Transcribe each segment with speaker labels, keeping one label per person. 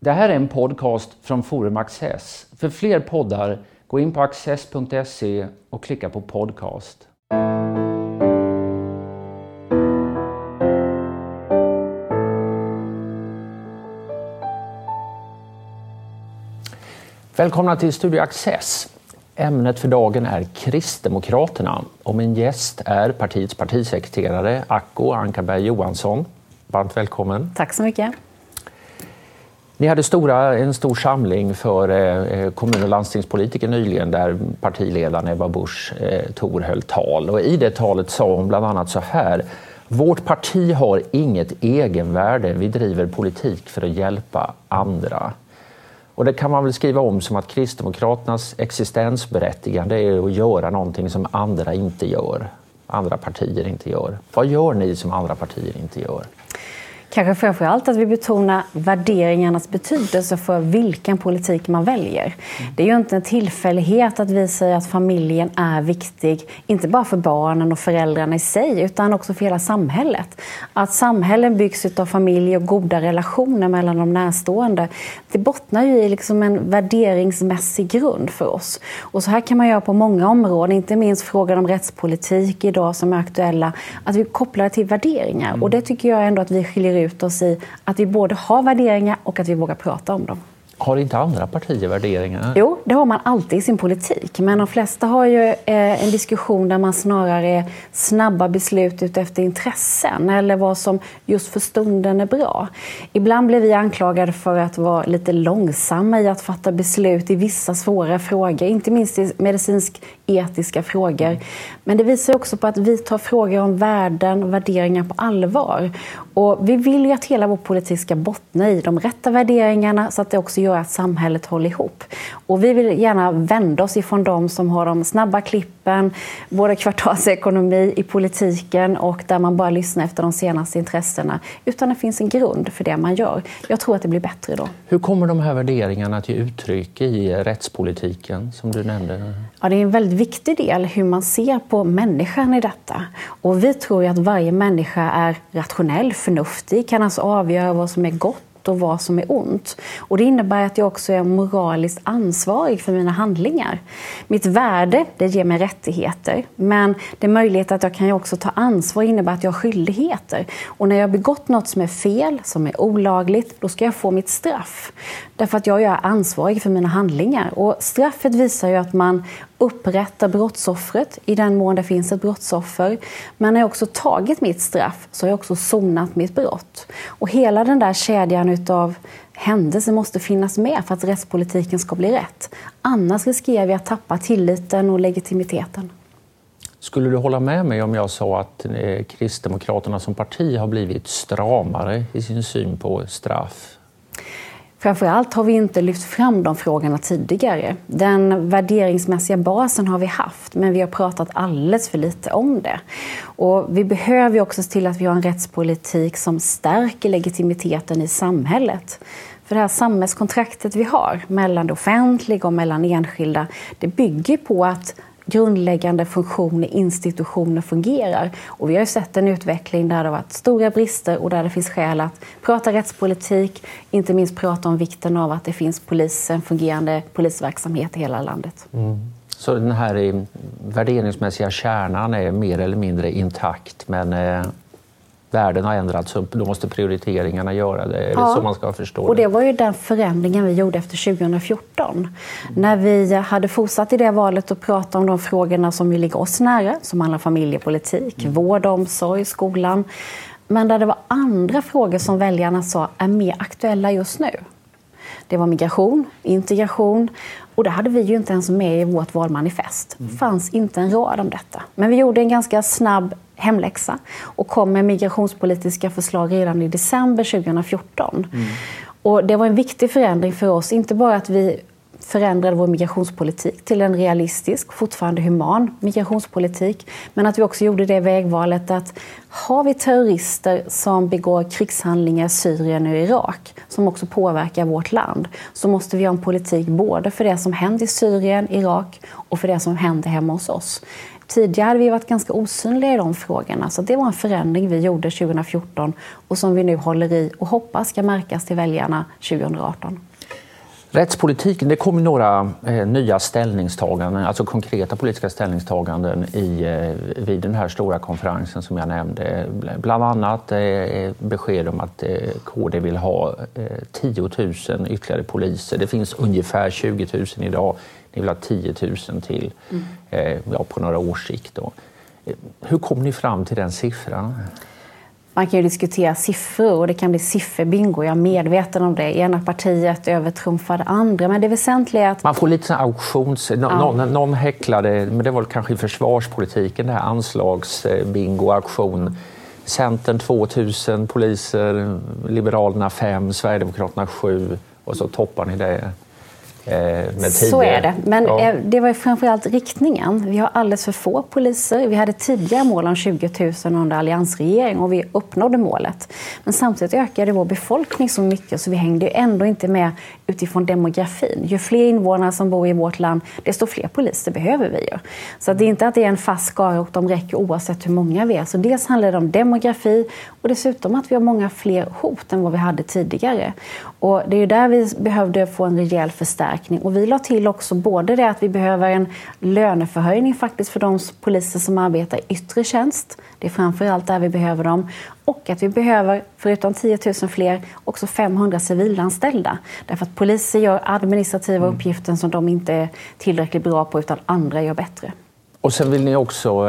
Speaker 1: Det här är en podcast från Forum Access. För fler poddar, gå in på access.se och klicka på podcast. Välkomna till Studio Access. Ämnet för dagen är Kristdemokraterna och min gäst är partiets partisekreterare Acko Ankarberg Johansson. Varmt välkommen.
Speaker 2: Tack så mycket.
Speaker 1: Ni hade en stor samling för kommun- och landstingspolitiker nyligen där partiledaren Ebba Busch Thor höll tal. Och i det talet sa hon bland annat så här: vårt parti har inget egenvärde, vi driver politik för att hjälpa andra. Och det kan man väl skriva om som att Kristdemokraternas existensberättigande är att göra någonting som andra inte gör. Andra partier inte gör. Vad gör ni som andra partier inte gör?
Speaker 2: Kanske framförallt att vi betonar värderingarnas betydelse för vilken politik man väljer. Det är ju inte en tillfällighet att vi säger att familjen är viktig, inte bara för barnen och föräldrarna i sig, utan också för hela samhället. Att samhällen byggs av familj och goda relationer mellan de närstående, det bottnar ju i liksom en värderingsmässig grund för oss. Och så här kan man göra på många områden, inte minst frågan om rättspolitik idag som är aktuella, att vi kopplar det till värderingar. Och det tycker jag ändå att vi skiljer ut oss i, att vi både har värderingar och att vi vågar prata om dem.
Speaker 1: Har inte andra partier värderingar?
Speaker 2: Jo, det har man alltid i sin politik. Men de flesta har ju en diskussion där man snarare är snabba beslut utefter intressen eller vad som just för stunden är bra. Ibland blir vi anklagade för att vara lite långsamma i att fatta beslut i vissa svåra frågor, inte minst i medicinsk-etiska frågor. Men det visar också på att vi tar frågor om värden och värderingar på allvar. Och vi vill ju att hela vår politik ska bottna i de rätta värderingarna så att det också gör att samhället håller ihop. Och vi vill gärna vända oss ifrån de som har de snabba klippen, både kvartalsekonomi i politiken och där man bara lyssnar efter de senaste intressena, utan det finns en grund för det man gör. Jag tror att det blir bättre då.
Speaker 1: Hur kommer de här värderingarna till uttryck i rättspolitiken som du nämnde?
Speaker 2: Ja, det är en väldigt viktig del hur man ser på människan i detta. Och vi tror ju att varje människa är rationell, förnuftig, kan alltså avgöra vad som är gott och vad som är ont. Och det innebär att jag också är moraliskt ansvarig för mina handlingar. Mitt värde, det ger mig rättigheter. Men det är möjligt att jag kan också ta ansvar, innebär att jag har skyldigheter. Och när jag har begått något som är fel, som är olagligt, då ska jag få mitt straff. Därför att jag är ansvarig för mina handlingar. Och straffet visar ju att man upprättar brottsoffret i den mån det finns ett brottsoffer. Men när jag också tagit mitt straff så har jag också sonat mitt brott. Och hela den där kedjan utav händelser måste finnas med för att rättspolitiken ska bli rätt. Annars riskerar vi att tappa tilliten och legitimiteten.
Speaker 1: Skulle du hålla med mig om jag sa att Kristdemokraterna som parti har blivit stramare i sin syn på straff?
Speaker 2: Framförallt har vi inte lyft fram de frågorna tidigare. Den värderingsmässiga basen har vi haft, men vi har pratat alldeles för lite om det. Och vi behöver ju också se till att vi har en rättspolitik som stärker legitimiteten i samhället. För det här samhällskontraktet vi har mellan det offentliga och mellan enskilda, det bygger på att grundläggande funktioner, institutioner fungerar. Och vi har ju sett en utveckling där det har varit stora brister och där det finns skäl att prata rättspolitik, inte minst prata om vikten av att det finns en fungerande polisverksamhet i hela landet.
Speaker 1: Så den här värderingsmässiga kärnan är mer eller mindre intakt, men världen har ändrats upp, då måste prioriteringarna göra det. Är det så man ska förstå det? Och
Speaker 2: det var ju den förändringen vi gjorde efter 2014. När vi hade fortsatt i det valet och prata om de frågorna som ligger oss nära, som handlar om familjepolitik, vård, omsorg, skolan. Men där det var andra frågor som väljarna sa är mer aktuella just nu. Det var migration, integration, och det hade vi ju inte ens med i vårt valmanifest. Det fanns inte en rad om detta. Men vi gjorde en ganska snabb hemläxa och kom med migrationspolitiska förslag redan i december 2014. Och det var en viktig förändring för oss, inte bara att vi förändrade vår migrationspolitik till en realistisk, fortfarande human migrationspolitik. Men att vi också gjorde det vägvalet att har vi terrorister som begår krigshandlingar i Syrien och Irak som också påverkar vårt land, så måste vi ha en politik både för det som händer i Syrien, Irak och för det som händer hemma hos oss. Tidigare hade vi varit ganska osynliga i de frågorna, så det var en förändring vi gjorde 2014 och som vi nu håller i och hoppas ska märkas till väljarna 2018.
Speaker 1: Rättspolitiken, det kommer några nya ställningstaganden, alltså konkreta politiska ställningstaganden vid den här stora konferensen som jag nämnde. Bland annat besked om att KD vill ha 10 000 ytterligare poliser. Det finns ungefär 20 000 idag. Ni vill ha 10 000 till på några års sikt. Då. Hur kom ni fram till den siffran?
Speaker 2: Man kan ju diskutera siffror och det kan bli sifferbingo. Jag är medveten om det. Ena partiet övertrumfar det andra. Men det väsentliga är att...
Speaker 1: Man får lite sån auktions... Någon häcklade, men det var kanske i försvarspolitiken, det här anslagsbingo, auktion. Centern 2000 poliser, Liberalerna 5, Sverigedemokraterna 7 och så toppar ni det.
Speaker 2: Så är det, men det var ju framförallt riktningen. Vi har alldeles för få poliser. Vi hade tidigare mål om 20 000 under alliansregering och vi uppnådde målet. Men samtidigt ökade vår befolkning så mycket så vi hängde ändå inte med utifrån demografin. Ju fler invånare som bor i vårt land, desto fler poliser behöver vi ju. Så det är inte att det är en fast skara och de räcker oavsett hur många vi är. Så dels handlar det om demografi och dessutom att vi har många fler hot än vad vi hade tidigare. Och det är ju där vi behövde få en rejäl förstärkning. Och vi la till också både det att vi behöver en löneförhöjning faktiskt för de poliser som arbetar i yttre tjänst. Det är framförallt där vi behöver dem. Och att vi behöver, förutom 10 000 fler, också 500 civilanställda. Därför att poliser gör administrativa uppgifter som de inte är tillräckligt bra på utan andra gör bättre.
Speaker 1: Och sen vill ni också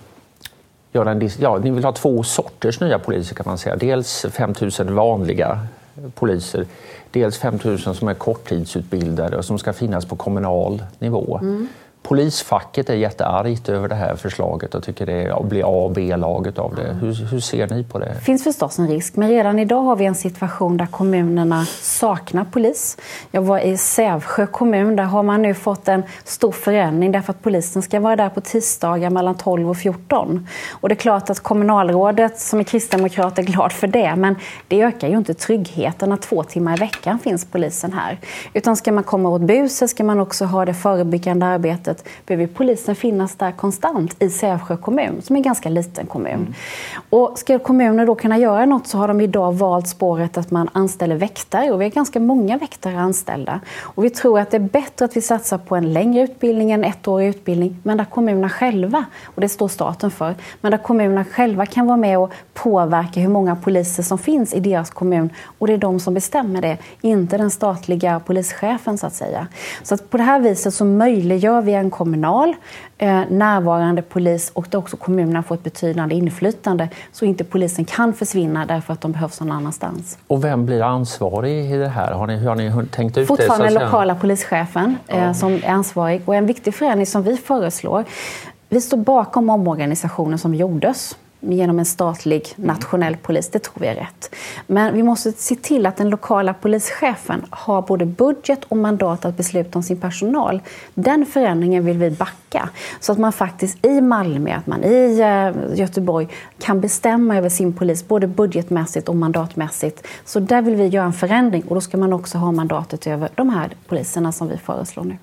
Speaker 1: ni vill ha 2 sorters nya poliser kan man säga. Dels 5 000 vanliga poliser. Dels 5 000 som är korttidsutbildade och som ska finnas på kommunal nivå. Polisfacket är jätteargt över det här förslaget och tycker det blir A- och B-laget av det. Hur ser ni på det?
Speaker 2: Det finns förstås en risk, men redan idag har vi en situation där kommunerna saknar polis. Jag var i Sävsjö kommun, där har man nu fått en stor förändring därför att polisen ska vara där på tisdagar mellan 12 och 14. Och det är klart att kommunalrådet som är kristdemokrat är glad för det, men det ökar ju inte tryggheten att 2 timmar i veckan finns polisen här. Utan ska man komma åt buset ska man också ha det förebyggande arbetet. Behöver polisen finnas där konstant i Sävsjö kommun, som är en ganska liten kommun. Och ska kommuner då kunna göra något så har de idag valt spåret att man anställer väktare. Och vi har ganska många väktare anställda. Och vi tror att det är bättre att vi satsar på en längre utbildning, en 1-årig utbildning, men där kommunerna själva, och det står staten för, men där kommunerna själva kan vara med och påverka hur många poliser som finns i deras kommun. Och det är de som bestämmer det, inte den statliga polischefen så att säga. Så att på det här viset så möjliggör vi en kommunal närvarande polis och där också kommunerna får ett betydande inflytande så inte polisen kan försvinna därför att de behövs någon annanstans.
Speaker 1: Och vem blir ansvarig i det här? Har ni tänkt ut
Speaker 2: fortfarande
Speaker 1: det?
Speaker 2: Fortfarande lokala polischefen som är ansvarig. Och en viktig förändring som vi föreslår, vi står bakom omorganisationen som gjordes genom en statlig nationell polis, det tror vi är rätt. Men vi måste se till att den lokala polischefen har både budget och mandat att besluta om sin personal. Den förändringen vill vi backa så att man faktiskt i Malmö, att man i Göteborg kan bestämma över sin polis både budgetmässigt och mandatmässigt. Så där vill vi göra en förändring och då ska man också ha mandatet över de här poliserna som vi föreslår nu.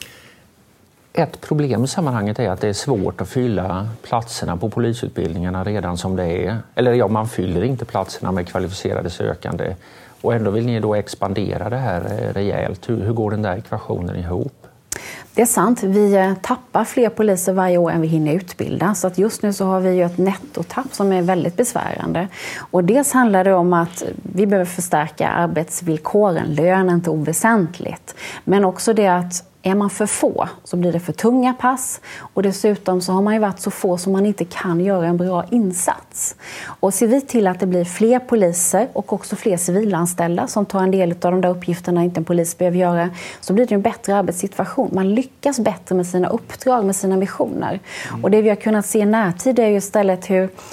Speaker 1: Ett problem i sammanhanget är att det är svårt att fylla platserna på polisutbildningarna redan som det är. Eller man fyller inte platserna med kvalificerade sökande. Och ändå vill ni då expandera det här rejält. Hur går den där ekvationen ihop?
Speaker 2: Det är sant. Vi tappar fler poliser varje år än vi hinner utbilda. Så att just nu så har vi ju ett nettotapp som är väldigt besvärande. Och dels handlar det om att vi behöver förstärka arbetsvillkoren. Lönen är inte oväsentligt. Men också det att är man för få så blir det för tunga pass och dessutom så har man ju varit så få som man inte kan göra en bra insats. Och ser vi till att det blir fler poliser och också fler civilanställda som tar en del av de där uppgifterna inte en polis behöver göra så blir det en bättre arbetssituation. Man lyckas bättre med sina uppdrag, med sina missioner. Och det vi har kunnat se i närtid är ju istället hur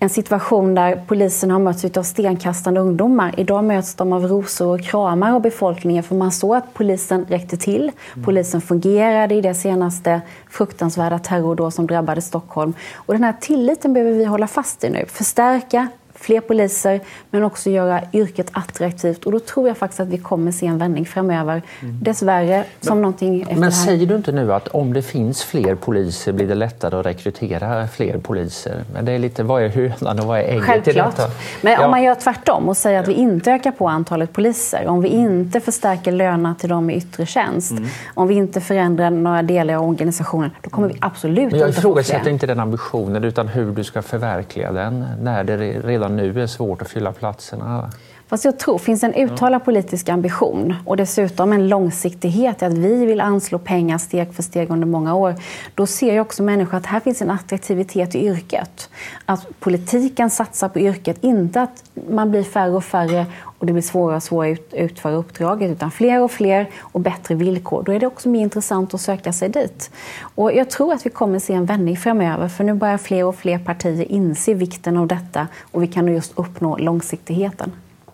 Speaker 2: en situation där polisen har mötts av stenkastande ungdomar. Idag möts de av rosor och kramar av befolkningen för man såg att polisen räckte till. Polisen fungerade i det senaste fruktansvärda terrordåd som drabbade Stockholm. Och den här tilliten behöver vi hålla fast i nu. Förstärka fler poliser men också göra yrket attraktivt. Och då tror jag faktiskt att vi kommer se en vändning framöver. Dessvärre som någonting efter
Speaker 1: Men säger du inte nu att om det finns fler poliser blir det lättare att rekrytera fler poliser? Men det är lite, vad är hönan och vad är ägget?
Speaker 2: Självklart. Men om man gör tvärtom och säger att vi inte ökar på antalet poliser, om vi inte förstärker lönerna till dem i yttre tjänst, om vi inte förändrar några delar av organisationen, då kommer vi absolut inte få fler.
Speaker 1: Jag ifrågasätter inte den ambitionen utan hur du ska förverkliga den när det redan nu är svårt att fylla platserna.
Speaker 2: Fast jag tror finns en uttalad politisk ambition och dessutom en långsiktighet i att vi vill anslå pengar steg för steg under många år. Då ser jag också människor att här finns en attraktivitet i yrket. Att politiken satsar på yrket, inte att man blir färre och färre och det blir svårare och svårare att utföra uppdraget, utan fler och fler och bättre villkor. Då är det också mer intressant att söka sig dit. Och jag tror att vi kommer se en vändning framöver, för nu börjar fler och fler partier inse vikten av detta och vi kan nu just uppnå långsiktigheten.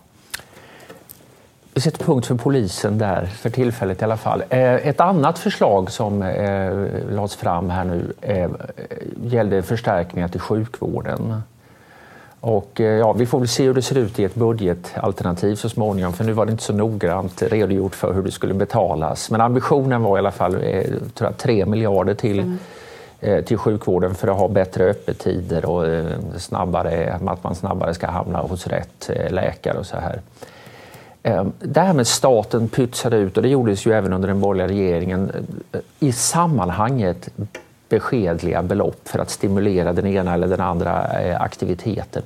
Speaker 1: Vi sätter punkt för polisen där, för tillfället i alla fall. Ett annat förslag som lades fram här nu gällde förstärkningar till sjukvården. Och vi får väl se hur det ser ut i ett budgetalternativ så småningom, för nu var det inte så noggrant redogjort för hur det skulle betalas. Men ambitionen var i alla fall 3 miljarder till sjukvården för att ha bättre öppettider och att man snabbare ska hamna hos rätt läkare och så här. Det här med staten pytsade ut, och det gjordes ju även under den borgerliga regeringen, i sammanhanget beskedliga belopp för att stimulera den ena eller den andra aktiviteten.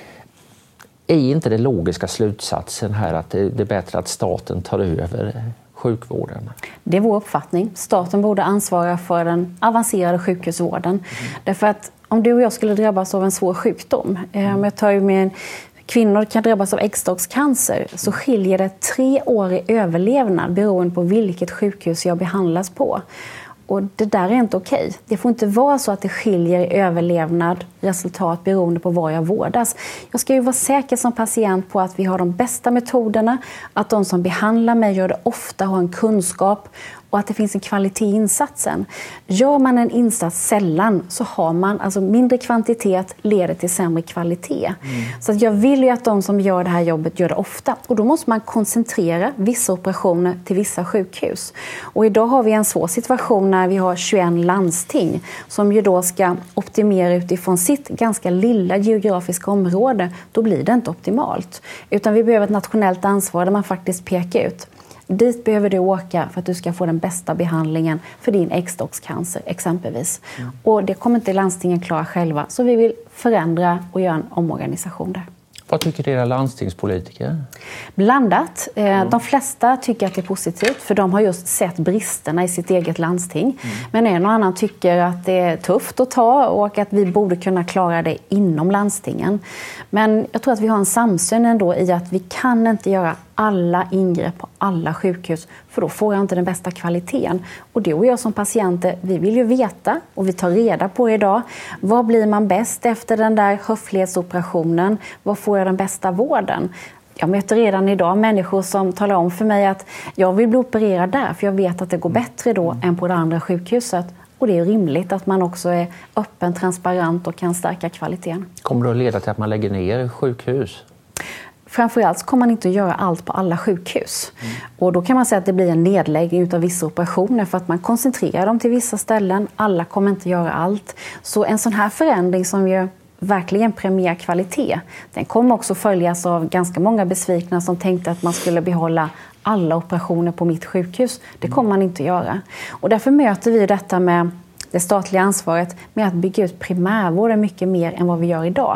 Speaker 1: Är inte det logiska slutsatsen här att det är bättre att staten tar över sjukvården? Det är vår uppfattning. Staten borde ansvara för den avancerade sjukhusvården. Därför att om du och jag skulle drabbas av en svår sjukdom, jag tar ju med kvinnor kan drabbas av äggstockscancer, så skiljer det 3 år i överlevnad beroende på vilket sjukhus jag behandlas på. Och det där är inte okej. Det får inte vara så att det skiljer i överlevnad resultat beroende på var jag vårdas. Jag ska ju vara säker som patient på att vi har de bästa metoderna, att de som behandlar mig gör det ofta, har en kunskap och att det finns en kvalitet i insatsen. Gör man en insats sällan så har man, alltså mindre kvantitet leder till sämre kvalitet. Så att jag vill ju att de som gör det här jobbet gör det ofta. Och då måste man koncentrera vissa operationer till vissa sjukhus. Och idag har vi en svår situation när vi har 21 landsting som ju då ska optimera utifrån sitt ganska lilla geografiska område. Då blir det inte optimalt. Utan vi behöver ett nationellt ansvar där man faktiskt pekar ut. Dit behöver du åka för att du ska få den bästa behandlingen för din äggstockscancer exempelvis. Och det kommer inte landstingen klara själva. Så vi vill förändra och göra en omorganisation där. Vad tycker era landstingspolitiker?
Speaker 2: Blandat. De flesta tycker att det är positivt för de har just sett bristerna i sitt eget landsting. Men en och annan tycker att det är tufft att ta och att vi borde kunna klara det inom landstingen. Men jag tror att vi har en samsyn ändå i att vi kan inte göra alla ingrepp på alla sjukhus, för då får jag inte den bästa kvaliteten. Och du och jag som patienter, vi vill ju veta och vi tar reda på idag, vad blir man bäst efter den där höftledsoperationen? Vad får jag den bästa vården? Jag möter redan idag människor som talar om för mig att jag vill bli opererad där för jag vet att det går bättre då än på det andra sjukhuset. Och det är rimligt att man också är öppen, transparent och kan stärka kvaliteten.
Speaker 1: Kommer det att leda till att man lägger ner sjukhus?
Speaker 2: Framförallt kommer man inte att göra allt på alla sjukhus. Och då kan man säga att det blir en nedläggning av vissa operationer för att man koncentrerar dem till vissa ställen. Alla kommer inte göra allt. Så en sån här förändring som ju verkligen premierar kvalitet, den kommer också följas av ganska många besvikna som tänkte att man skulle behålla alla operationer på mitt sjukhus. Det kommer man inte att göra. Och därför möter vi detta med det statliga ansvaret med att bygga ut primärvården mycket mer än vad vi gör idag.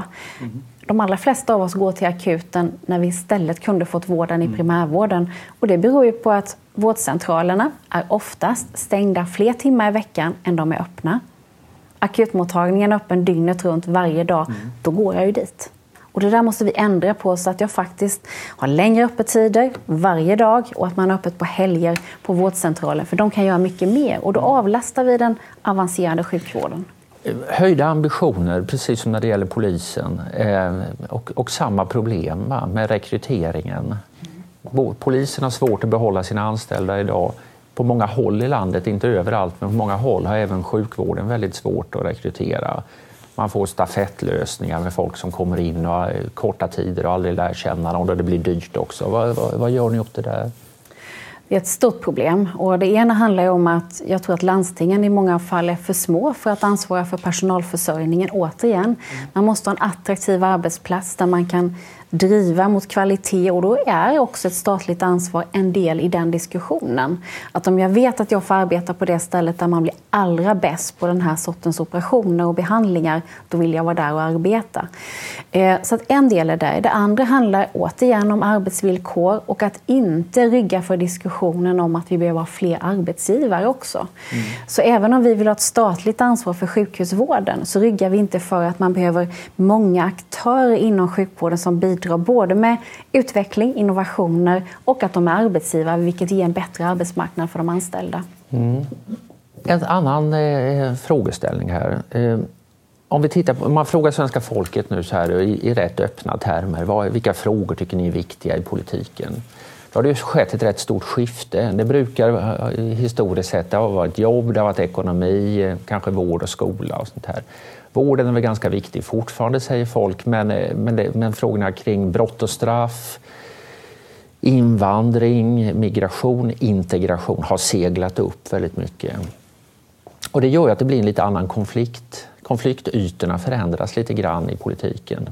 Speaker 2: De allra flesta av oss går till akuten när vi istället kunde fått vården i primärvården. Och det beror ju på att vårdcentralerna är oftast stängda fler timmar i veckan än de är öppna. Akutmottagningen är öppen dygnet runt varje dag. Då går jag ju dit. Och det där måste vi ändra på så att jag faktiskt har längre öppettider varje dag och att man har öppet på helger på vårdcentralen. För de kan göra mycket mer och då avlastar vi den avancerade sjukvården.
Speaker 1: Höjda ambitioner, precis som när det gäller polisen. Och samma problem med rekryteringen. Polisen har svårt att behålla sina anställda idag. På många håll i landet, inte överallt, men på många håll har även sjukvården väldigt svårt att rekrytera. Man får stafettlösningar med folk som kommer in och har korta tider och aldrig lär känna dem, och det blir dyrt också. Vad gör ni åt det där?
Speaker 2: Det är ett stort problem, och det ena handlar om att jag tror att landstingen i många fall är för små för att ansvara för personalförsörjningen återigen. Man måste ha en attraktiv arbetsplats där man kan driva mot kvalitet, och då är också ett statligt ansvar en del i den diskussionen. Att om jag vet att jag får arbeta på det stället där man blir allra bäst på den här sortens operationer och behandlingar, då vill jag vara där och arbeta. Så att en del är där. Det andra handlar återigen om arbetsvillkor och att inte rygga för diskussionen om att vi behöver ha fler arbetsgivare också. Så även om vi vill ha ett statligt ansvar för sjukhusvården, så ryggar vi inte för att man behöver många aktörer inom sjukvården som bidrar både med utveckling, innovationer och att de är arbetsgivare, vilket ger en bättre arbetsmarknad för de anställda.
Speaker 1: En annan frågeställning här. Om man frågar svenska folket nu så här i rätt öppna termer, vilka frågor tycker ni är viktiga i politiken? Då har det ju skett ett rätt stort skifte. Det brukar historiskt sett ha varit jobb, det har varit ekonomi, kanske vård och skola och sånt här. Vården är väl ganska viktig fortfarande, säger folk, men frågorna kring brott och straff, invandring, migration, integration har seglat upp väldigt mycket. Och det gör ju att det blir en lite annan konflikt. Konfliktytorna förändras lite grann i politiken.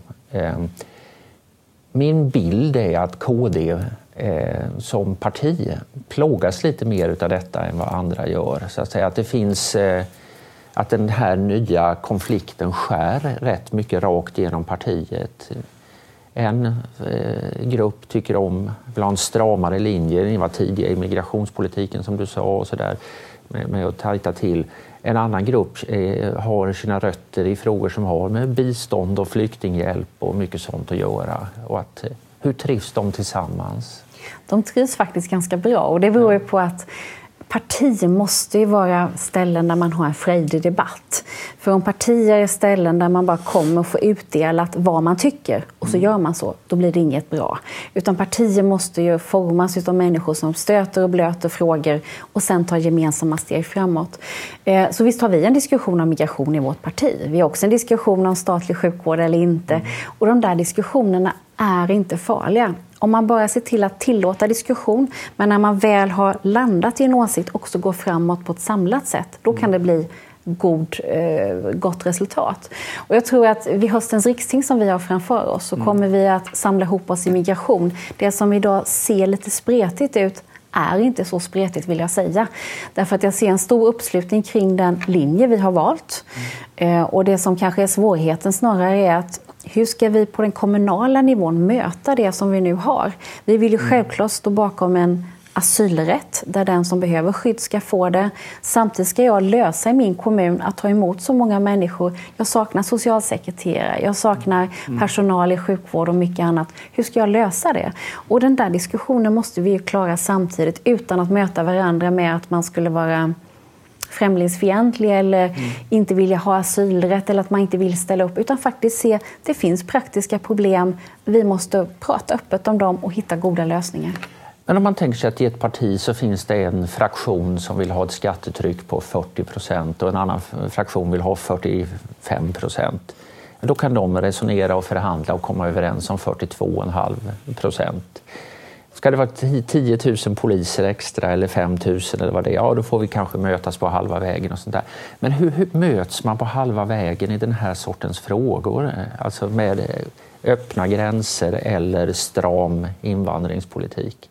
Speaker 1: Min bild är att KD som parti plågas lite mer av detta än vad andra gör. Så att säga att det finns... Att den här nya konflikten skär rätt mycket rakt genom partiet. En grupp tycker vill ha en stramare linje. Ni var tidiga i migrationspolitiken som du sa och så där, med att tajta till. En annan grupp har sina rötter i frågor som har med bistånd och flyktinghjälp och mycket sånt att göra. Och hur trivs de tillsammans?
Speaker 2: De trivs faktiskt ganska bra, och det beror ju på att partier måste ju vara ställen där man har en frejdig debatt. För om partier är ställen där man bara kommer och får utdelat vad man tycker och så gör man så, då blir det inget bra. Utan partier måste ju formas av människor som stöter och blöter frågor och sen tar gemensamma steg framåt. Så visst har vi en diskussion om migration i vårt parti. Vi har också en diskussion om statlig sjukvård eller inte. Och de där diskussionerna är inte farliga. Om man bara ser till att tillåta diskussion, men när man väl har landat i en åsikt också går framåt på ett samlat sätt, då kan det bli gott resultat. Och jag tror att vid höstens riksting som vi har framför oss så kommer vi att samla ihop oss i migration. Det som idag ser lite spretigt ut är inte så spretigt, vill jag säga. Därför att jag ser en stor uppslutning kring den linje vi har valt. Och det som kanske är svårigheten snarare är att hur ska vi på den kommunala nivån möta det som vi nu har? Vi vill ju självklart stå bakom en asylrätt där den som behöver skydd ska få det. Samtidigt ska jag lösa i min kommun att ta emot så många människor. Jag saknar socialsekreterare, jag saknar personal i sjukvård och mycket annat. Hur ska jag lösa det? Och den där diskussionen måste vi ju klara samtidigt utan att möta varandra med att man skulle vara främlingsfientlig eller inte vilja ha asylrätt eller att man inte vill ställa upp, utan faktiskt se att det finns praktiska problem. Vi måste prata öppet om dem och hitta goda lösningar.
Speaker 1: Men om man tänker sig att i ett parti så finns det en fraktion som vill ha ett skattetryck på 40% och en annan fraktion vill ha 45%. Då kan de resonera och förhandla och komma överens om 42,5%. Ska det vara 10 000 poliser extra eller 5 000 eller vad det är, ja då får vi kanske mötas på halva vägen och sånt där. Men hur möts man på halva vägen i den här sortens frågor? Alltså med öppna gränser eller stram invandringspolitik?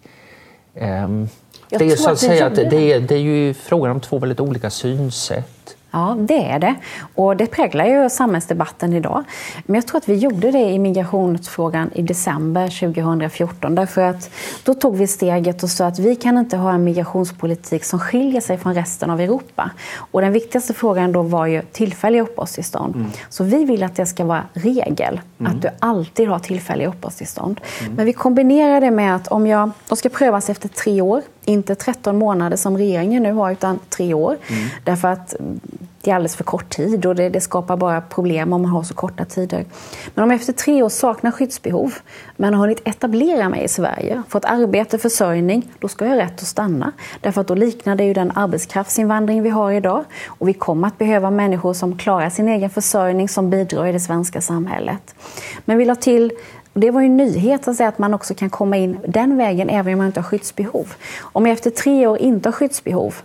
Speaker 1: Det är så att säga att det är ju frågan om två väldigt olika synsätt.
Speaker 2: Ja, det är det. Och det präglar ju samhällsdebatten idag. Men jag tror att vi gjorde det i migrationsfrågan i december 2014. Därför att då tog vi steget och sa att vi kan inte ha en migrationspolitik som skiljer sig från resten av Europa. Och den viktigaste frågan då var ju tillfälliga uppehållstillstånd. Så vi vill att det ska vara regel. Att du alltid har tillfälliga uppehållstillstånd. Men vi kombinerar det med att de ska prövas efter 3 år. Inte 13 månader som regeringen nu har, utan 3 år. Därför att det är alldeles för kort tid och det skapar bara problem om man har så korta tider. Men om jag efter 3 år saknar skyddsbehov men har hunnit etablera mig i Sverige, fått arbete, försörjning, då ska jag ha rätt att stanna. Därför att då liknar det ju den arbetskraftsinvandring vi har idag. Och vi kommer att behöva människor som klarar sin egen försörjning, som bidrar i det svenska samhället. Men vi la till, och det var ju en nyhet att säga att man också kan komma in den vägen även om man inte har skyddsbehov. Om jag efter 3 år inte har skyddsbehov,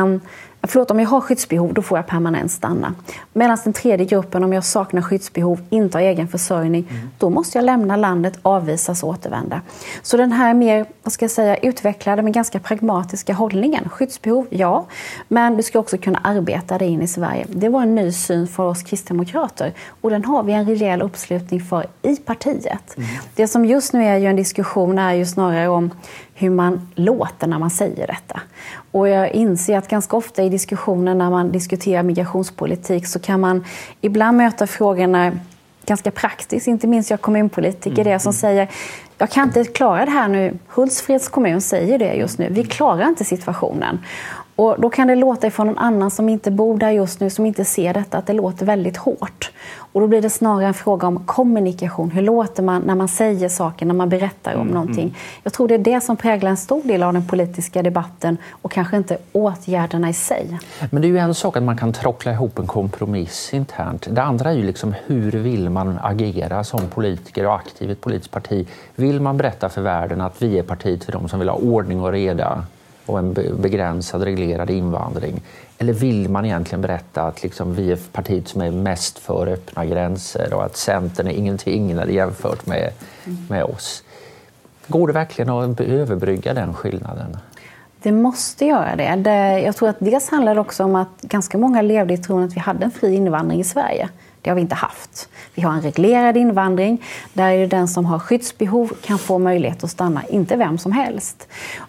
Speaker 2: om jag har skyddsbehov, då får jag permanent stanna. Medan den tredje gruppen, om jag saknar skyddsbehov, inte har egen försörjning, då måste jag lämna landet, avvisas och återvända. Så den här mer, utvecklade men ganska pragmatiska hållningen, skyddsbehov, ja, men du ska också kunna arbeta dig in i Sverige. Det var en ny syn för oss kristdemokrater och den har vi en rejäl uppslutning för i partiet. Det som just nu är ju en diskussion är ju snarare om hur man låter när man säger detta. Och jag inser att ganska ofta i diskussioner när man diskuterar migrationspolitik så kan man ibland möta frågorna ganska praktiskt. Inte minst jag kommunpolitiker, det som säger jag kan inte klara det här nu. Hultsfreds kommun säger det just nu. Vi klarar inte situationen. Och då kan det låta ifrån någon annan som inte bor där just nu, som inte ser detta, att det låter väldigt hårt. Och då blir det snarare en fråga om kommunikation. Hur låter man när man säger saker, när man berättar om någonting? Jag tror det är det som präglar en stor del av den politiska debatten och kanske inte åtgärderna i sig.
Speaker 1: Men det är ju en sak att man kan trockla ihop en kompromiss internt. Det andra är ju liksom hur vill man agera som politiker och aktiv i ett politiskt parti? Vill man berätta för världen att vi är partiet för de som vill ha ordning och reda och en begränsad, reglerad invandring? Eller vill man egentligen berätta att liksom vi är partiet som är mest för öppna gränser och att Centern är ingenting när det jämfört med oss? Går det verkligen att överbrygga den skillnaden?
Speaker 2: Det måste göra det. Jag tror att dels handlar det också om att ganska många levde i tron att vi hade en fri invandring i Sverige. Det har vi inte haft. Vi har en reglerad invandring där ju den som har skyddsbehov kan få möjlighet att stanna, inte vem som helst.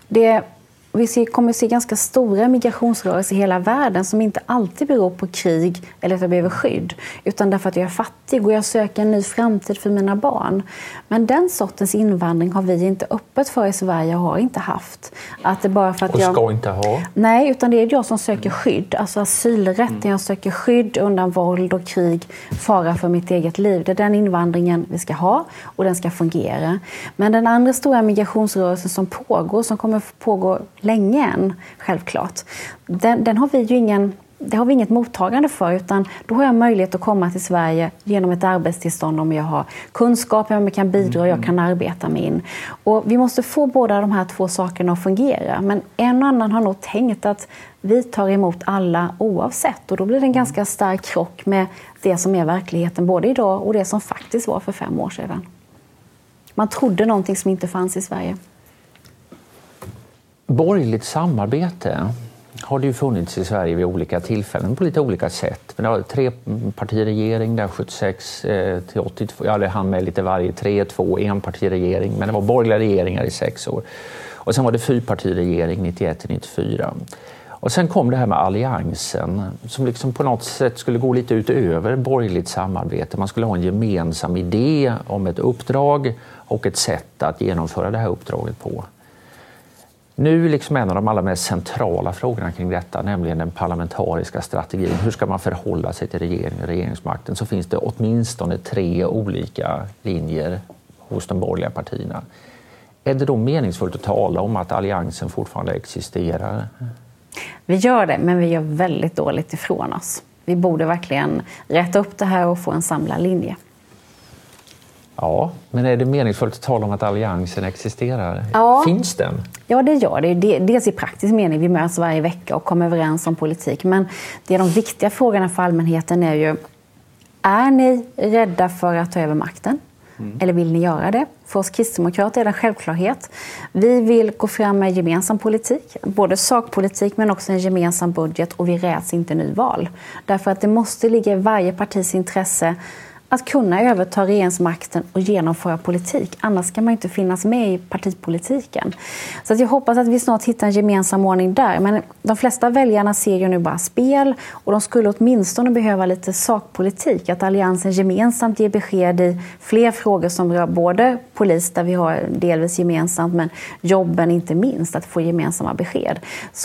Speaker 2: Vi kommer att se ganska stora migrationsrörelser i hela världen som inte alltid beror på krig eller att jag behöver skydd, utan därför att jag är fattig och jag söker en ny framtid för mina barn. Men den sortens invandring har vi inte öppet för i Sverige och har inte haft. Att det bara för att
Speaker 1: och ska inte ha?
Speaker 2: Nej, utan det är jag som söker skydd. Alltså asylrätten, jag söker skydd undan våld och krig, fara för mitt eget liv. Det är den invandringen vi ska ha och den ska fungera. Men den andra stora migrationsrörelsen som pågår, som kommer att pågå länge än, självklart. Den har vi ju det har vi inget mottagande för, utan då har jag möjlighet att komma till Sverige genom ett arbetstillstånd om jag har kunskap, om jag kan bidra och jag kan arbeta mig in. Och vi måste få båda de här 2 sakerna att fungera. Men en och annan har nog tänkt att vi tar emot alla oavsett. Och då blir det en ganska stark krock med det som är verkligheten både idag och det som faktiskt var för 5 år sedan. Man trodde någonting som inte fanns i Sverige.
Speaker 1: Borgerligt samarbete har det ju funnits i Sverige vid olika tillfällen på lite olika sätt. Men det var 3-partiregering där 76 till 82, ja det hann med lite varje 3-2 enpartiregering, men det var borgerliga regeringar i 6 år. Och sen var det 4-partiregering 91 till 94. Och sen kom det här med alliansen som liksom på något sätt skulle gå lite utöver borgerligt samarbete. Man skulle ha en gemensam idé om ett uppdrag och ett sätt att genomföra det här uppdraget på. Nu liksom en av de allra mest centrala frågorna kring detta, nämligen den parlamentariska strategin. Hur ska man förhålla sig till regeringen och regeringsmakten? Så finns det åtminstone 3 olika linjer hos de borgerliga partierna. Är det då meningsfullt att tala om att alliansen fortfarande existerar?
Speaker 2: Vi gör det, men vi gör väldigt dåligt ifrån oss. Vi borde verkligen rätta upp det här och få en samlad linje.
Speaker 1: Ja, men är det meningsfullt att tala om att alliansen existerar?
Speaker 2: Ja.
Speaker 1: Finns den?
Speaker 2: Ja, det gör det. Dels i praktisk mening, vi möts varje vecka och kommer överens om politik. Men de viktiga frågorna för allmänheten är ju, är ni rädda för att ta över makten? Eller vill ni göra det? För oss kristdemokrater är det en självklarhet. Vi vill gå fram med gemensam politik, både sakpolitik men också en gemensam budget, och vi räds inte nyval. Därför att det måste ligga i varje partis intresse att kunna överta regeringsmakten och genomföra politik. Annars kan man inte finnas med i partipolitiken. Så att jag hoppas att vi snart hittar en gemensam ordning där. Men de flesta väljarna ser ju nu bara spel, och de skulle åtminstone behöva lite sakpolitik. Att alliansen gemensamt ger besked i fler frågor som rör både polis, där vi har delvis gemensamt, men jobben inte minst, att få gemensamma besked. Så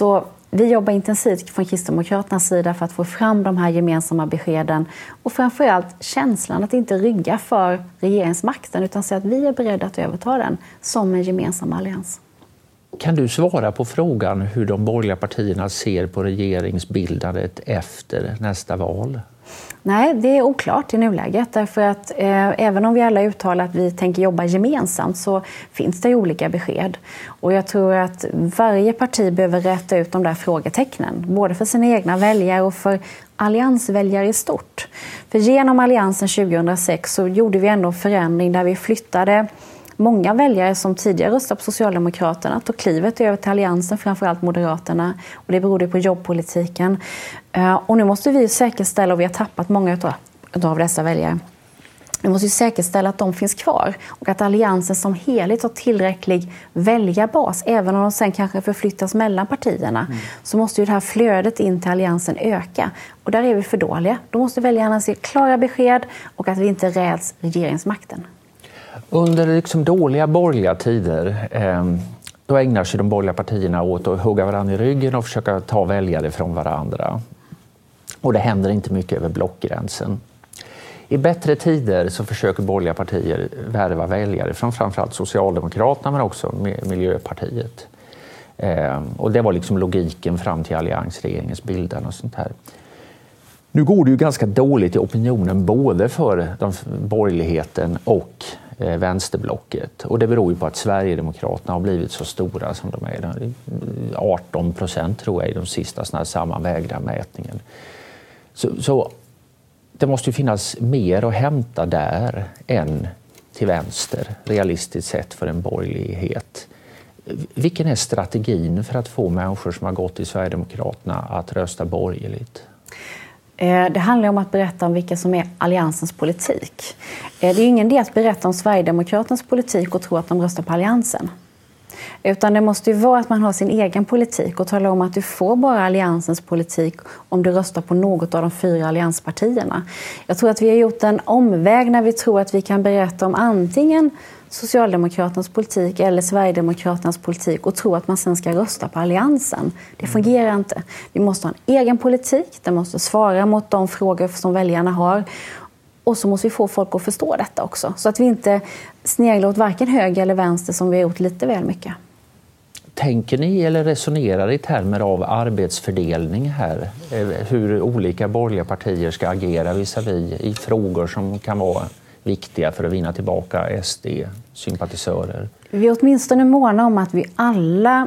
Speaker 2: vi jobbar intensivt från Kristdemokraternas sida för att få fram de här gemensamma beskeden och framförallt känslan att inte rygga för regeringsmakten utan säga att vi är beredda att överta den som en gemensam allians.
Speaker 1: Kan du svara på frågan hur de borgerliga partierna ser på regeringsbildandet efter nästa val?
Speaker 2: Nej, det är oklart i nuläget därför att även om vi alla uttalar att vi tänker jobba gemensamt så finns det olika besked. Och jag tror att varje parti behöver rätta ut de där frågetecknen, både för sina egna väljare och för alliansväljare i stort. För genom alliansen 2006 så gjorde vi ändå en förändring där vi flyttade många väljare som tidigare röstade på Socialdemokraterna tog klivet över till alliansen, framförallt Moderaterna. Och det berodde på jobbpolitiken. Och nu måste vi säkerställa, och vi har tappat många av dessa väljare. Vi måste säkerställa att de finns kvar och att alliansen som helhet har tillräcklig väljarbas. Även om de sen kanske förflyttas mellan partierna så måste ju det här flödet in till alliansen öka. Och där är vi för dåliga. Då måste väljarna se klara besked och att vi inte räds regeringsmakten.
Speaker 1: Under dåliga borgerliga tider då ägnar sig de borgerliga partierna åt att hugga varandra i ryggen och försöka ta väljare från varandra. Och det händer inte mycket över blockgränsen. I bättre tider så försöker borgerliga partier värva väljare från framförallt Socialdemokraterna men också Miljöpartiet. Och det var logiken fram till alliansregeringens bildande och sånt här. Nu går det ju ganska dåligt i opinionen både för borgerligheten och vänsterblocket. Och det beror ju på att Sverigedemokraterna har blivit så stora som de är. 18% tror jag i de sista såna här sammanvägda mätningen. Så det måste ju finnas mer att hämta där än till vänster, realistiskt sett för en borgerlighet. Vilken är strategin för att få människor som har gått i Sverigedemokraterna att rösta borgerligt?
Speaker 2: Det handlar om att berätta om vilka som är alliansens politik. Det är ju ingen idé att berätta om Sverigedemokraternas politik och tro att de röstar på alliansen. Utan det måste ju vara att man har sin egen politik och tala om att du får bara alliansens politik om du röstar på något av de 4 allianspartierna. Jag tror att vi har gjort en omväg när vi tror att vi kan berätta om antingen Socialdemokraternas politik eller Sverigedemokraternas politik och tro att man sen ska rösta på alliansen. Det fungerar inte. Vi måste ha en egen politik, den måste svara mot de frågor som väljarna har. Och så måste vi få folk att förstå detta också. Så att vi inte sneglar åt varken höger eller vänster som vi har gjort lite väl mycket.
Speaker 1: Tänker ni eller resonerar i termer av arbetsfördelning här? Hur olika borgerliga partier ska agera visavi i frågor som kan vara viktiga för att vinna tillbaka SD-sympatisörer?
Speaker 2: Vi är åtminstone måna om att vi alla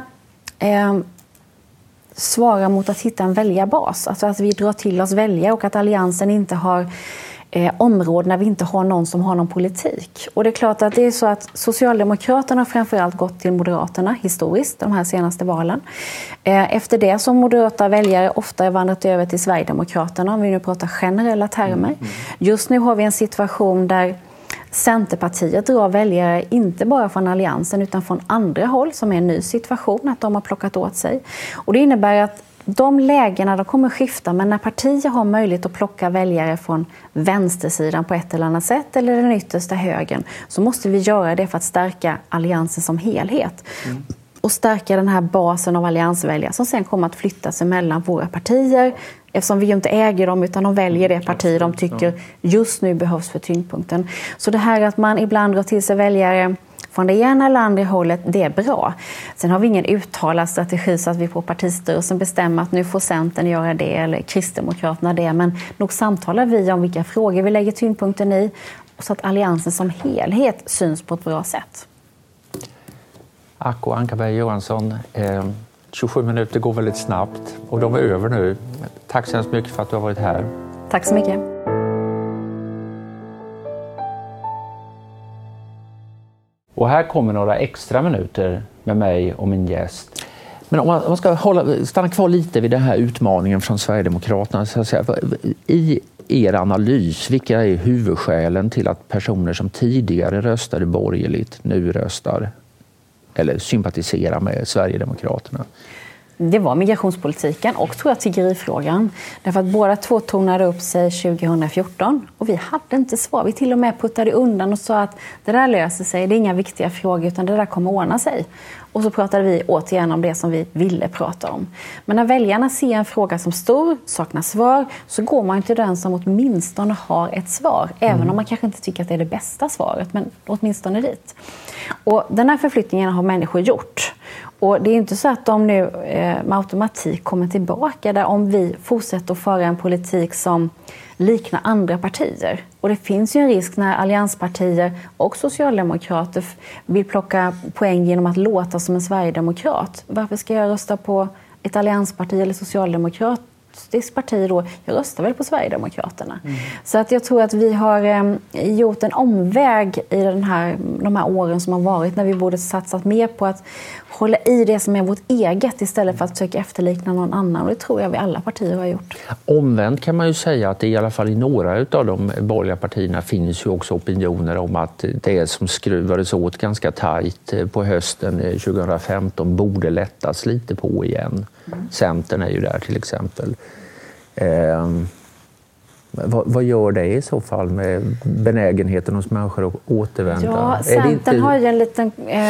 Speaker 2: svarar mot att hitta en väljarbas. Alltså att vi drar till oss väljare och att alliansen inte har områden där vi inte har någon som har någon politik. Och det är klart att det är så att Socialdemokraterna har framförallt gått till Moderaterna historiskt de här senaste valen. Efter det som moderata väljare ofta har vandrat över till Sverigedemokraterna om vi nu pratar generella termer. Just nu har vi en situation där Centerpartiet drar väljare inte bara från alliansen utan från andra håll som är en ny situation att de har plockat åt sig. Och det innebär att de lägena de kommer skifta, men när partier har möjlighet att plocka väljare från vänstersidan på ett eller annat sätt eller den yttersta högern så måste vi göra det för att stärka alliansen som helhet. Och stärka den här basen av alliansväljare som sen kommer att flytta sig mellan våra partier eftersom vi ju inte äger dem utan de väljer det parti de tycker just nu behövs för tyngdpunkten. Så det här att man ibland drar till sig väljare från det ena eller andra hållet, det är bra. Sen har vi ingen uttalad strategi så att vi på partistyrelsen bestämmer att nu får Centern göra det eller Kristdemokraterna det. Men nog samtalar vi om vilka frågor vi lägger tyngdpunkten i så att alliansen som helhet syns på ett bra sätt.
Speaker 1: Acko Ankarberg Johansson, 27 minuter går väldigt snabbt och de är över nu. Tack så hemskt mycket för att du har varit här.
Speaker 2: Tack så mycket.
Speaker 1: Och här kommer några extra minuter med mig och min gäst. Men om man ska stanna kvar lite vid den här utmaningen från Sverigedemokraterna. Så att säga, i er analys, vilka är huvudskälen till att personer som tidigare röstade borgerligt nu röstar eller sympatiserar med Sverigedemokraterna?
Speaker 2: det var migrationspolitiken och tror jag tiggerifrågan. Därför att båda två tonade upp sig 2014 och vi hade inte svar. Vi till och med puttade undan och sa att det där löser sig, det är inga viktiga frågor utan det där kommer ordna sig. Och så pratade vi återigen om det som vi ville prata om. Men när väljarna ser en fråga som stor, saknar svar, så går man till den som åtminstone har ett svar. Även om man kanske inte tycker att det är det bästa svaret, men åtminstone dit. Och den här förflyttningen har människor gjort. Och det är inte så att de nu med automatik kommer tillbaka där om vi fortsätter att föra en politik som liknar andra partier. Och det finns ju en risk när allianspartier och socialdemokrater vill plocka poäng genom att låta som en sverigedemokrat. Varför ska jag rösta på ett alliansparti eller socialdemokratiskt parti då? Jag röstar väl på Sverigedemokraterna. Så att jag tror att vi har gjort en omväg i de här åren som har varit när vi borde satsat mer på att hålla i det som är vårt eget istället för att försöka efterlikna någon annan. Och det tror jag vi alla partier har gjort.
Speaker 1: Omvänt kan man ju säga att det i alla fall i några av de borgerliga partierna finns ju också opinioner om att det som skruvades åt ganska tajt på hösten 2015 borde lättas lite på igen. Centern är ju där till exempel. Vad gör det i så fall med benägenheten hos människor att återvända?
Speaker 2: Ja, Centern har ju en liten,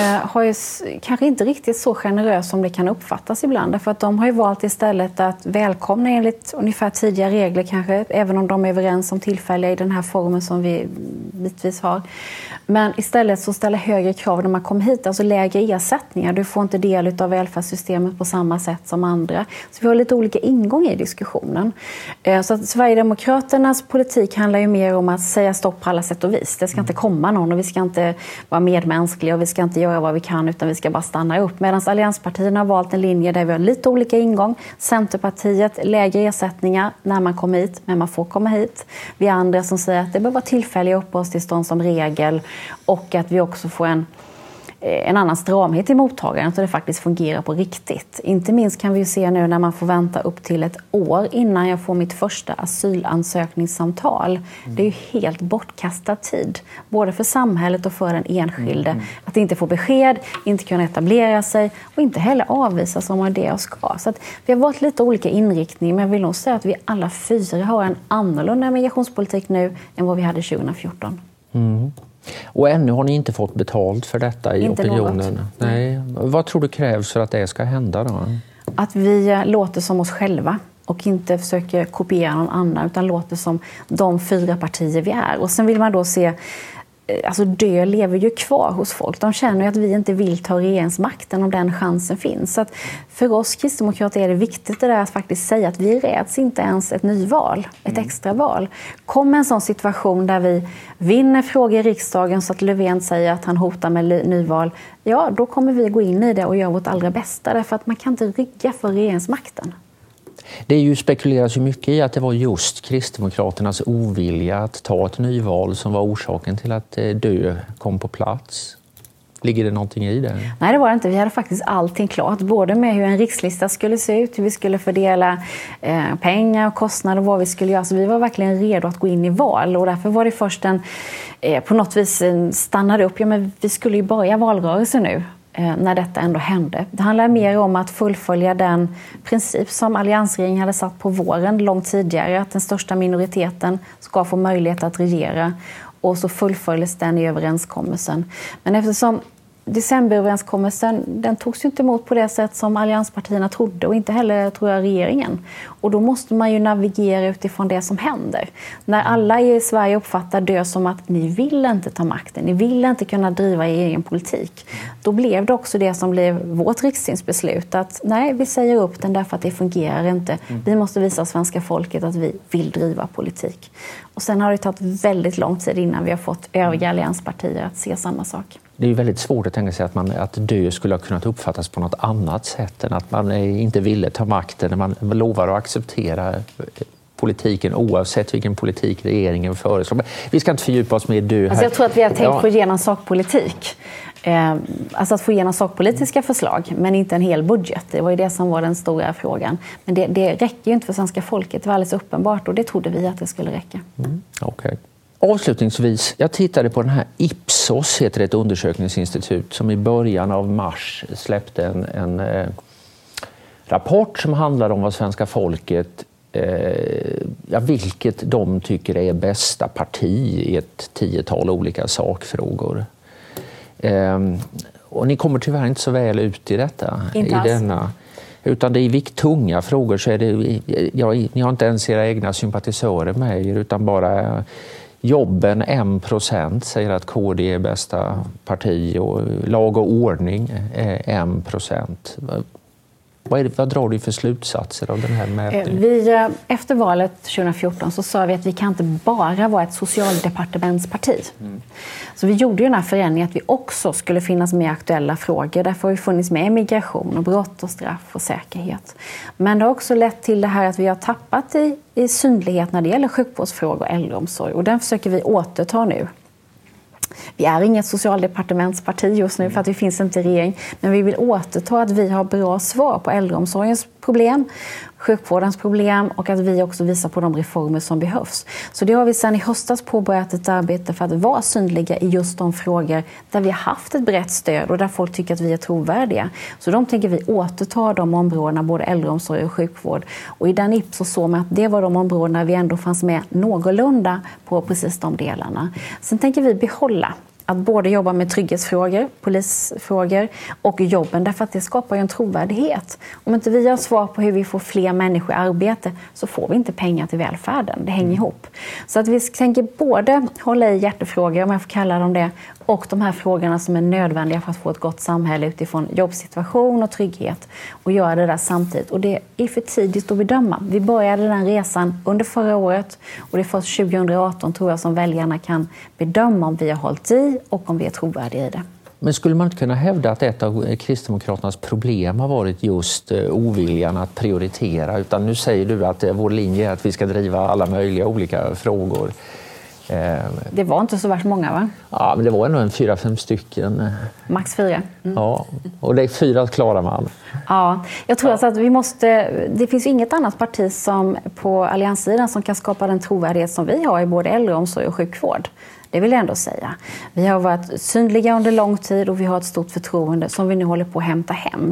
Speaker 2: kanske inte riktigt så generös som det kan uppfattas ibland. Därför att de har ju valt istället att välkomna enligt ungefär tidigare regler kanske, även om de är överens om tillfälliga i den här formen som vi bitvis har. Men istället så ställer högre krav när man kommer hit, alltså lägre ersättningar. Du får inte del av välfärdssystemet på samma sätt som andra. Så vi har lite olika ingång i diskussionen. Så att Sverigedemokraternas politik handlar ju mer om att säga stopp på alla sätt och vis. Det ska inte komma någon och vi ska inte vara medmänskliga och vi ska inte göra vad vi kan utan vi ska bara stanna upp. Medan allianspartierna har valt en linje där vi har lite olika ingång. Centerpartiet, lägre ersättningar när man kommer hit, men man får komma hit. Vi andra som säger att det bör vara tillfälliga uppehållstillstånd som regel och att vi också får en annan stramhet i mottagandet och det faktiskt fungerar på riktigt. Inte minst kan vi ju se nu när man får vänta upp till ett år innan jag får mitt första asylansökningssamtal. Det är ju helt bortkastad tid, både för samhället och för den enskilde. Att inte få besked, inte kunna etablera sig och inte heller avvisas som man det och ska. Så att vi har varit lite olika inriktning, men jag vill nog säga att vi alla fyra har en annorlunda migrationspolitik nu än vad vi hade 2014.
Speaker 1: Och ännu har ni inte fått betalt för detta i
Speaker 2: inte
Speaker 1: opinionen.
Speaker 2: Något.
Speaker 1: Nej. Vad tror du krävs för att det ska hända då?
Speaker 2: Att vi låter som oss själva och inte försöker kopiera någon annan utan låter som de 4 partier vi är. Och sen vill man då se, alltså dö lever ju kvar hos folk. De känner ju att vi inte vill ta regeringsmakten om den chansen finns. Så att för oss kristdemokrater är det viktigt det där att faktiskt säga att vi räds inte ens ett nyval, ett extra val. Kommer en sån situation där vi vinner frågor i riksdagen så att Löfven säger att han hotar med nyval, ja då kommer vi gå in i det och göra vårt allra bästa därför att man kan inte rygga för regeringsmakten.
Speaker 1: Det spekuleras ju mycket i att det var just Kristdemokraternas ovilja att ta ett nyval som var orsaken till att dö kom på plats. Ligger det någonting i det?
Speaker 2: Nej, det var det inte. Vi hade faktiskt allting klart. Både med hur en rikslista skulle se ut, hur vi skulle fördela pengar och kostnader och vad vi skulle göra. Så vi var verkligen redo att gå in i val. Och därför var det först på något vis stannade upp. Ja, men vi skulle ju börja valrörelsen nu. När detta ändå hände. Det handlar mer om att fullfölja den princip som alliansregeringen hade satt på våren långt tidigare, att den största minoriteten ska få möjlighet att regera och så fullföljdes den i överenskommelsen. Men eftersom decemberöverenskommelsen, den togs ju inte emot på det sätt som allianspartierna trodde och inte heller tror jag regeringen. Och då måste man ju navigera utifrån det som händer. När alla i Sverige uppfattar det som att ni vill inte ta makten, ni vill inte kunna driva er egen politik. Då blev det också det som blev vårt riksdagsbeslut att nej, vi säger upp den därför att det fungerar inte. Vi måste visa svenska folket att vi vill driva politik. Och sen har det tagit väldigt lång tid innan vi har fått övriga allianspartier att se samma sak.
Speaker 1: Det är ju väldigt svårt att tänka sig att dö skulle ha kunnat uppfattas på något annat sätt än att man inte ville ta makten när man lovar att acceptera politiken oavsett vilken politik regeringen föreslår. Vi ska inte fördjupa oss med dö här.
Speaker 2: Alltså jag tror att vi har tänkt få igenom sakpolitik. Alltså att få igenom sakpolitiska förslag, men inte en hel budget. Det var ju det som var den stora frågan. Men det räcker ju inte för svenska folket, det var alldeles uppenbart. Och det trodde vi att det skulle räcka.
Speaker 1: Okej. Avslutningsvis, jag tittade på den här Ipsos, heter det, ett undersökningsinstitut som i början av mars släppte en rapport som handlar om vad svenska folket, vilket de tycker är bästa parti i ett 10-tal olika sakfrågor. Och ni kommer tyvärr inte så väl ut i detta. Utan det är tunga frågor så är det, ni har inte ens era egna sympatisörer med er utan bara jobben 1% säger att KD är bästa parti och lag och ordning är 1%. Vad drar du för slutsatser av den här mätningen?
Speaker 2: Efter valet 2014 så sa vi att vi kan inte bara vara ett socialdepartementsparti. Så vi gjorde ju den här förändringen att vi också skulle finnas med i aktuella frågor. Därför har vi funnits med i migration och brott och straff och säkerhet. Men det har också lett till det här att vi har tappat i synlighet när det gäller sjukvårdsfrågor och äldreomsorg. Och den försöker vi återta nu. Vi är inget socialdepartementsparti just nu för att vi finns inte i regering. Men vi vill återta att vi har bra svar på äldreomsorgens problem, sjukvårdens problem och att vi också visar på de reformer som behövs. Så det har vi sedan i höstas påbörjat ett arbete för att vara synliga i just de frågor där vi har haft ett brett stöd och där folk tycker att vi är trovärdiga. Så de tänker vi återta de områdena, både äldreomsorg och sjukvård. Och i den Ipsos såg man att det var de områdena vi ändå fanns med någorlunda på precis de delarna. Sen tänker vi behålla att både jobba med trygghetsfrågor, polisfrågor och jobben därför att det skapar ju en trovärdighet. Om inte vi har svar på hur vi får fler människor i arbete så får vi inte pengar till välfärden. Det hänger ihop. Så att vi tänker både hålla i hjärtefrågor, om jag får kalla dem det, och de här frågorna som är nödvändiga för att få ett gott samhälle utifrån jobbsituation och trygghet och göra det där samtidigt. Och det är för tidigt att bedöma. Vi började den resan under förra året och det är först 2018 tror jag som väljarna kan bedöma om vi har hållit i och om vi är trovärdiga i det.
Speaker 1: Men skulle man inte kunna hävda att ett av Kristdemokraternas problem har varit just oviljan att prioritera? Utan nu säger du att vår linje är att vi ska driva alla möjliga olika frågor.
Speaker 2: Det var inte så värst många, va?
Speaker 1: Ja, men det var ändå 4-5 stycken.
Speaker 2: Max 4.
Speaker 1: Ja, och det är 4 klarar man.
Speaker 2: Ja, jag tror alltså att vi måste... Det finns inget annat parti som på allianssidan som kan skapa den trovärdighet som vi har i både äldreomsorg och sjukvård. Det vill jag ändå säga. Vi har varit synliga under lång tid och vi har ett stort förtroende som vi nu håller på att hämta hem.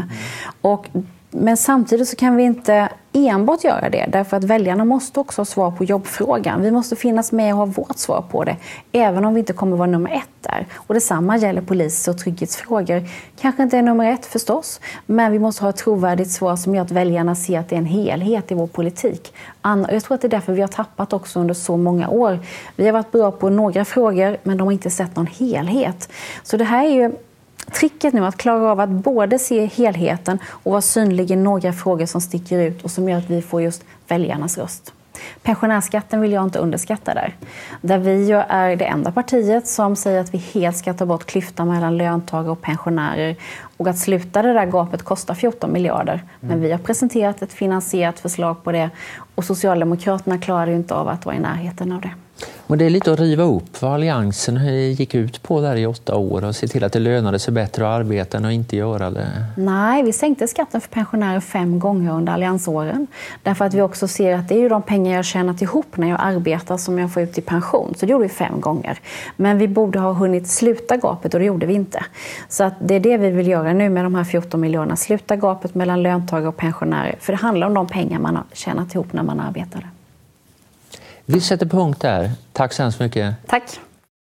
Speaker 2: Men samtidigt så kan vi inte enbart göra det därför att väljarna måste också ha svar på jobbfrågan. Vi måste finnas med och ha vårt svar på det även om vi inte kommer vara nummer 1 där. Och detsamma gäller polis- och trygghetsfrågor. Kanske inte är nummer 1 förstås, men vi måste ha ett trovärdigt svar som gör att väljarna ser att det är en helhet i vår politik. Jag tror att det är därför vi har tappat också under så många år. Vi har varit bra på några frågor men de har inte sett någon helhet. Så det här är ju tricket nu att klara av att både se helheten och vara synlig i några frågor som sticker ut och som gör att vi får just väljarnas röst. Pensionärskatten vill jag inte underskatta där vi är det enda partiet som säger att vi helt ska ta bort klyftan mellan löntagare och pensionärer och att sluta det där gapet kostar 14 miljarder. Men vi har presenterat ett finansierat förslag på det och Socialdemokraterna klarar ju inte av att vara i närheten av det.
Speaker 1: Men det är lite att riva upp vad alliansen gick ut på där i 8 år och se till att det lönade sig bättre att arbeta än att inte göra det.
Speaker 2: Nej, vi sänkte skatten för pensionärer 5 gånger under alliansåren. Därför att vi också ser att det är ju de pengar jag har tjänat ihop när jag arbetar som jag får ut i pension. Så det gjorde vi 5 gånger. Men vi borde ha hunnit sluta gapet och det gjorde vi inte. Så att det är det vi vill göra nu med de här 14 miljonerna. Sluta gapet mellan löntagare och pensionärer. För det handlar om de pengar man har tjänat ihop när man arbetade.
Speaker 1: Vi sätter punkt där. Tack så hemskt mycket.
Speaker 2: Tack.